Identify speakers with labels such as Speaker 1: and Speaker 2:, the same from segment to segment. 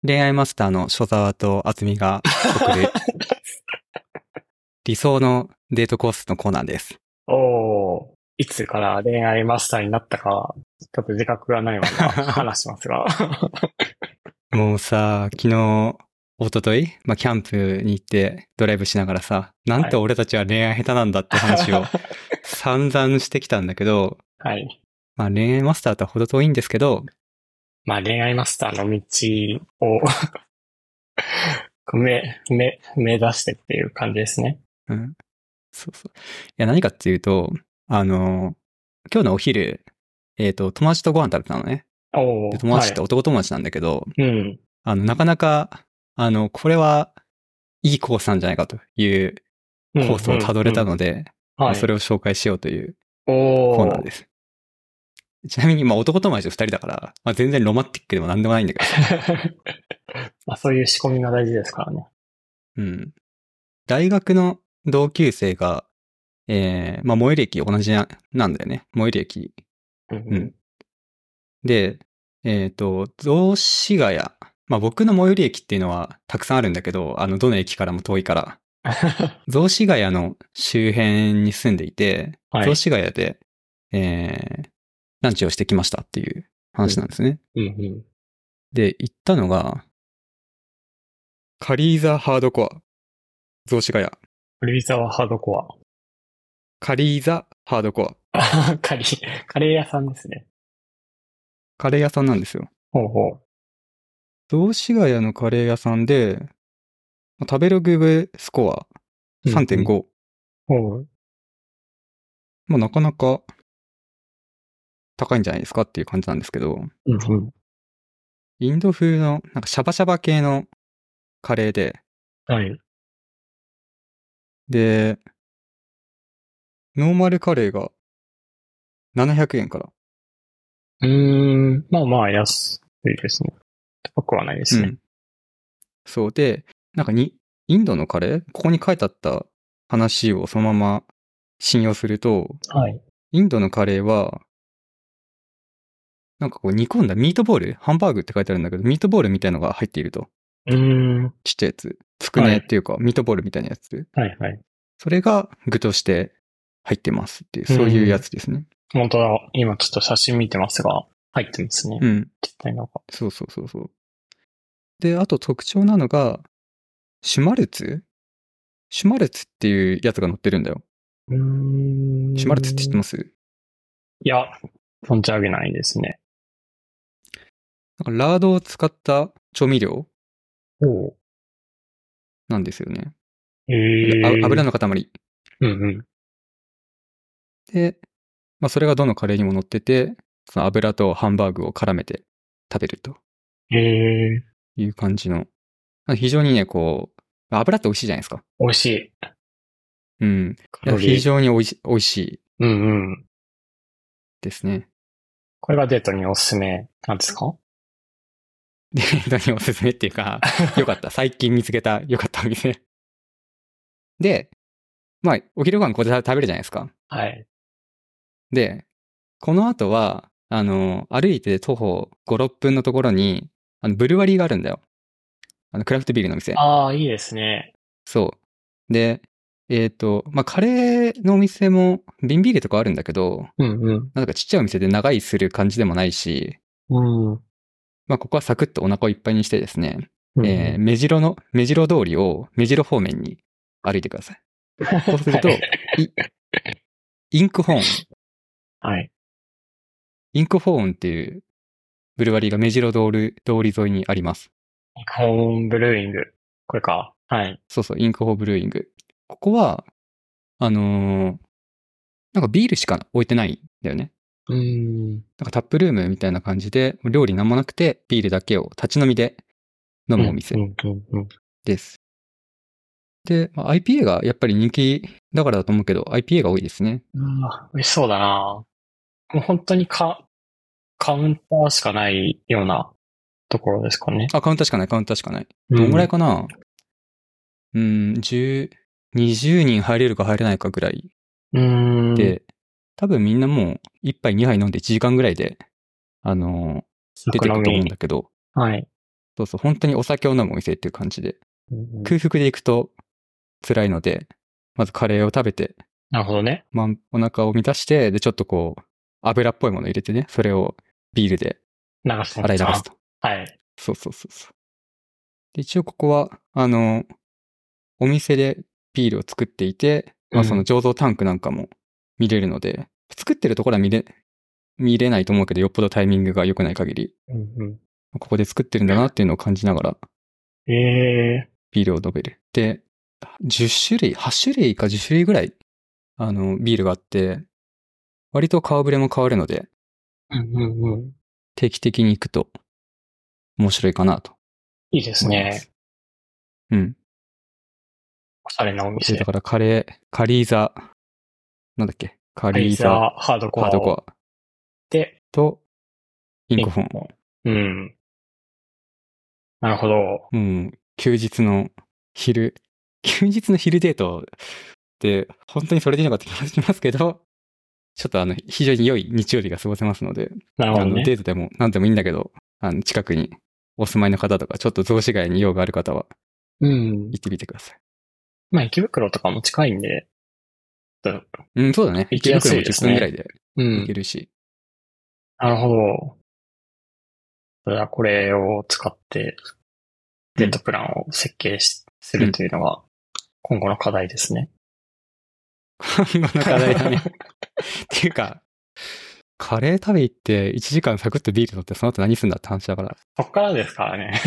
Speaker 1: 恋愛マスターの所沢と厚みが送る理想のデートコースのコーナーです。
Speaker 2: おー、いつから恋愛マスターになったか、ちょっと自覚がないまま話しますが。
Speaker 1: もうさ、昨日、一昨日キャンプに行ってドライブしながらさ、なんて俺たちは恋愛下手なんだって話を散々してきたんだけど、
Speaker 2: はい。
Speaker 1: 恋愛マスターとは程遠いんですけど、
Speaker 2: 恋愛マスターの道を目指してっていう感じですね。
Speaker 1: うん。そうそう。いや、何かっていうと、今日のお昼、友達とご飯食べたのね。で、
Speaker 2: おー、
Speaker 1: 友達って
Speaker 2: はい。
Speaker 1: 男友達なんだけど、
Speaker 2: うん。
Speaker 1: なかなか、これはいいコースなんじゃないかという
Speaker 2: うん、
Speaker 1: コースをたどれたので、
Speaker 2: はい。
Speaker 1: それを紹介しようというコーナー
Speaker 2: おー。
Speaker 1: です。ちなみに、男友達と二人だから、全然ロマンティックでもなんでもないんだけどさ。
Speaker 2: そういう仕込みが大事ですからね。
Speaker 1: うん。大学の同級生が、最寄り駅同じなんだよね。最寄り駅。うん。で、雑司ヶ谷。僕の最寄り駅っていうのはたくさんあるんだけど、どの駅からも遠いから。雑司ヶ谷の周辺に住んでいて、
Speaker 2: はい。
Speaker 1: 雑司ヶ谷で、ランチをしてきましたっていう話なんですね。で、行ったのが、カリーザハードコア。雑司ヶ谷。
Speaker 2: カリーザはハードコア。
Speaker 1: カリーザハードコ
Speaker 2: カレー屋さんですね。
Speaker 1: ア。カレー屋さんなんですよ。
Speaker 2: ほうほう。
Speaker 1: 雑司ヶ谷のカレー屋さんで、食べログスコア3.5。
Speaker 2: ほう。
Speaker 1: なかなか高いんじゃないですかっていう感じなんですけど、インド風のシャバシャバ系のカレーで、
Speaker 2: はい。
Speaker 1: で、ノーマルカレーが700円から。
Speaker 2: 安いですね。高くはないですね。
Speaker 1: そうで、インドのカレーここに書いてあった話をそのまま信用すると、
Speaker 2: はい。
Speaker 1: インドのカレーは、煮込んだミートボールハンバーグって書いてあるんだけど、ミートボールみたいのが入っていると。ちっちゃいやつ。つくねっていうか、ミートボールみたいなやつ。
Speaker 2: はいはい。
Speaker 1: それが具として入ってますっていう、そういうやつですね。
Speaker 2: 本当だ。今ちょっと写真見てますが、入ってますね。ちっちゃいのが。
Speaker 1: そうそうそうそう。で、あと特徴なのが、シュマルツっていうやつが乗ってるんだよ。シュマルツって知ってます？
Speaker 2: いや、存じ上げないですね。
Speaker 1: ラードを使った調味料なんですよね。油の塊。で、それがどのカレーにも乗ってて、その油とハンバーグを絡めて食べるという感じの。非常にね、油って美味しいじゃないですか。
Speaker 2: 美味しい。
Speaker 1: うん。非常に美味しい。ですね。
Speaker 2: これがデートにおすすめなんですか？
Speaker 1: デートにおすすめっていうか、よかった。最近見つけたよかったお店。で、お昼ご飯ここで食べるじゃないですか。
Speaker 2: はい。
Speaker 1: で、この後は、歩いて徒歩5、6分のところに、ブルワリーがあるんだよ。クラフトビールの店。
Speaker 2: ああ、いいですね。
Speaker 1: そう。で、カレーのお店も、瓶ビールとかあるんだけど、ちっちゃいお店で長居する感じでもないし、ここはサクッとお腹をいっぱいにしてですね、目白通りを目白方面に歩いてください。そうすると、インクホーン。
Speaker 2: はい。
Speaker 1: インクホーンっていうブルワリーが目白通り沿いにあります。
Speaker 2: インクホーンブルーイング。これか。はい。
Speaker 1: そうそう、インクホーンブルーイング。ここは、ビールしか置いてないんだよね。タップルームみたいな感じで、料理なんもなくて、ビールだけを立ち飲みで飲むお店です。で、IPA がやっぱり人気だからだと思うけど、IPA が多いですね。
Speaker 2: 美味しそうだな。もう本当にカウンターしかないようなところですかね。
Speaker 1: カウンターしかない。どんぐらいかな20人入れるか入れないかぐらい。で、多分みんなもう1杯2杯飲んで1時間ぐらいで、出てくと思うんだけど。
Speaker 2: はい。
Speaker 1: そうそう、本当にお酒を飲むお店っていう感じで、空腹で行くと辛いので、まずカレーを食べて、
Speaker 2: なるほどね。
Speaker 1: まあ、お腹を満たして、で、ちょっとこう、油っぽいものを入れてね、それをビールで
Speaker 2: 流す
Speaker 1: 洗い流すと。
Speaker 2: はい。
Speaker 1: そうそうそうそう。で、一応ここは、お店でビールを作っていて、まあその醸造タンクなんかも見れるので、作ってるところは見れないと思うけど、よっぽどタイミングが良くない限り、ここで作ってるんだなっていうのを感じながら、ビールを飲める。で、10種類、8種類か10種類ぐらい、ビールがあって、割と顔ぶれも変わるので、定期的に行くと面白いかなと。
Speaker 2: いいですね。
Speaker 1: うん。
Speaker 2: おしゃれなお店。
Speaker 1: だからカリーザ、なんだっけカリーザ
Speaker 2: ハードコア。で、
Speaker 1: と、インコフォン。
Speaker 2: うん。なるほど。
Speaker 1: うん。休日の昼デートって、本当にそれでいいのかって気がしますけど、ちょっと非常に良い日曜日が過ごせますので、
Speaker 2: なるほどね。
Speaker 1: デートでも何でもいいんだけど、近くにお住まいの方とか、ちょっと雑司ヶ谷に用がある方は、行ってみてください。
Speaker 2: まあ、池袋とかも近いんで、
Speaker 1: うん、そうだね。池袋も10分ぐらいで行けるし。
Speaker 2: なるほど。それはこれを使って、デートプランを設計するというのが、今後の課題ですね。
Speaker 1: 今後の課題だね。っていうか、カレー食べ行って1時間サクッとビール取ってその後何すんだって話だから。
Speaker 2: そっからですからね。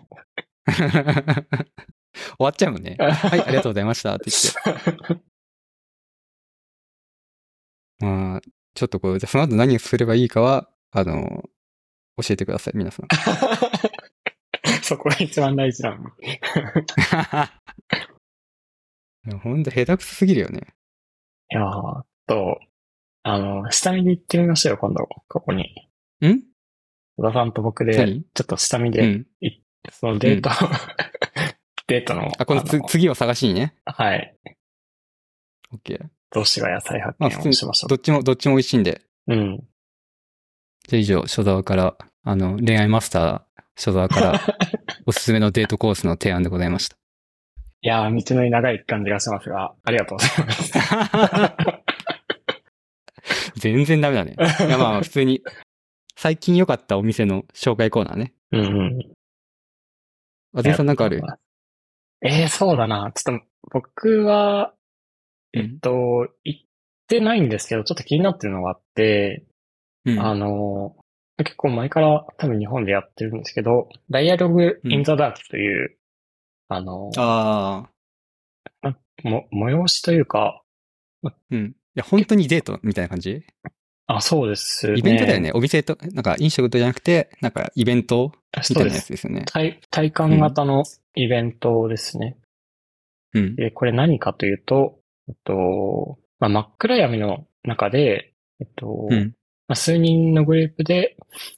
Speaker 1: 終わっちゃうもんね。はい、ありがとうございましたって言って。まあ、ちょっとこう、じゃその後何をすればいいかは、教えてください、皆さん。
Speaker 2: そこが一番大事なの。
Speaker 1: ほんと下手くそすぎるよね。
Speaker 2: いやー、下見で行ってみましょうよ、今度、ここに。小田さんと僕で、ちょっと下見で、そのデート、デートの。
Speaker 1: この次を探しにね。
Speaker 2: はい。
Speaker 1: OK。
Speaker 2: 同志が野菜発見をしましょう。
Speaker 1: どっちも美味しいんで。
Speaker 2: うん。
Speaker 1: じゃあ以上、所沢から、恋愛マスター、所沢から、おすすめのデートコースの提案でございました。
Speaker 2: いやー、道のり長い感じがしますが、ありがとうございます。
Speaker 1: 全然ダメだね。いや、まあ、普通に、最近良かったお店の紹介コーナーね。あぜさんなんかある？
Speaker 2: そうだな。ちょっと、僕は、行ってないんですけど、ちょっと気になってるのがあって、結構前から多分日本でやってるんですけど、Dialogue in the Dark という、催しというか、
Speaker 1: いや、本当にデートみたいな感じ？
Speaker 2: そうですね。
Speaker 1: イベントだよね。お店と、なんか飲食とじゃなくて、なんかイベントみたいなやつですよね。
Speaker 2: 体感型のイベントですね。で、これ何かというと、真っ暗闇の中で、数人のグループで、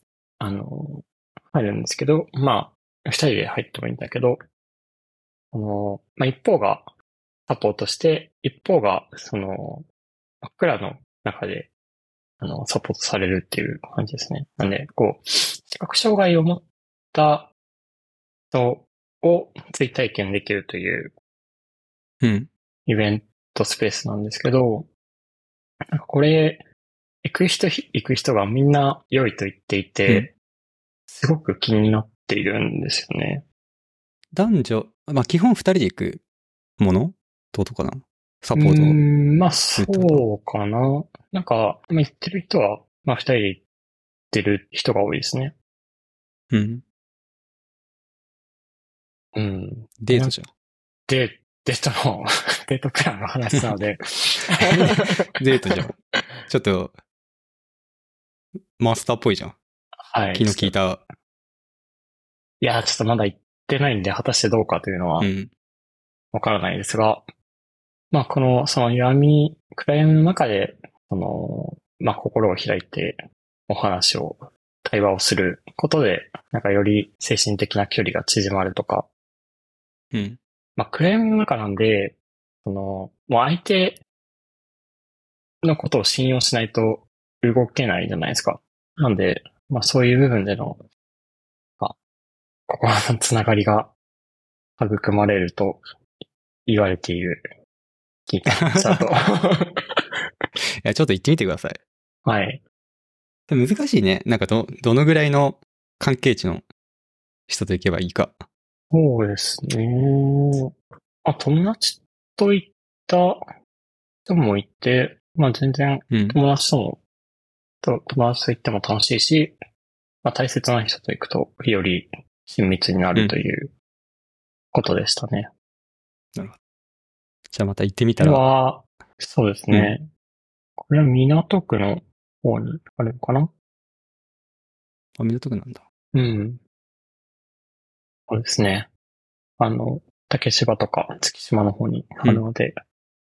Speaker 2: 入るんですけど、二人で入ってもいいんだけど、一方がサポートして、一方が、真っ暗の中で、サポートされるっていう感じですね。なんで、視覚障害を持った人を追体験できるという、イベントスペースなんですけど、これ、行く人がみんな良いと言っていて、すごく気になっているんですよね。
Speaker 1: 男女、基本2人で行くものってことかな？サポート。
Speaker 2: そうかな。なんか、行ってる人は、2人で行ってる人が多いですね。
Speaker 1: デートじゃん。
Speaker 2: デートの、デートプランの話なので。
Speaker 1: デートじゃん。ちょっと、マスターっぽいじゃん。
Speaker 2: はい。
Speaker 1: 気の利いた。
Speaker 2: いや、ちょっとまだ行ってないんで、果たしてどうかというのは、わからないですが、その暗闇の中で、心を開いて、対話をすることで、なんかより精神的な距離が縮まるとか。暗闇の中なんで、もう相手のことを信用しないと動けないじゃないですか。なんで、そういう部分での、 心のつながりが育まれると言われている聞いただと。
Speaker 1: いや、ちょっと行ってみてください。
Speaker 2: はい。
Speaker 1: 難しいね。なんかどのぐらいの関係値の人と行けばいいか。
Speaker 2: そうですね。友達と行った人もいて、全然友達と行っても楽しいし、大切な人と行くとより親密になるということでしたね。
Speaker 1: なるほど。じゃあまた行ってみたら。
Speaker 2: これは、そうですね。これは港区の方にあるのかな？
Speaker 1: 港区なんだ。
Speaker 2: うん。そうですね。竹芝とか月島の方にあるので、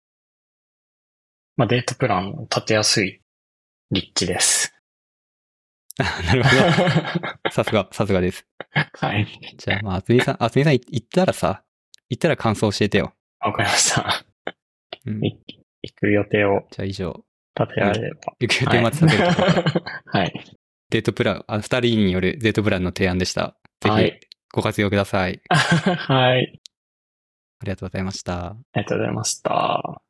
Speaker 2: デートプランを立てやすい立地です。
Speaker 1: なるほど。さすがです。
Speaker 2: はい。
Speaker 1: じゃああつみさん行ったら感想教えてよ。
Speaker 2: わかりました。
Speaker 1: 行
Speaker 2: く予定を。
Speaker 1: じゃあ以上。
Speaker 2: 立てられれば。
Speaker 1: 行く予定待ち立てるところで。
Speaker 2: はい。
Speaker 1: デートプラン、二人によるデートプランの提案でした。ぜひご活用ください。
Speaker 2: はい。
Speaker 1: ありがとうございました。
Speaker 2: ありがとうございました。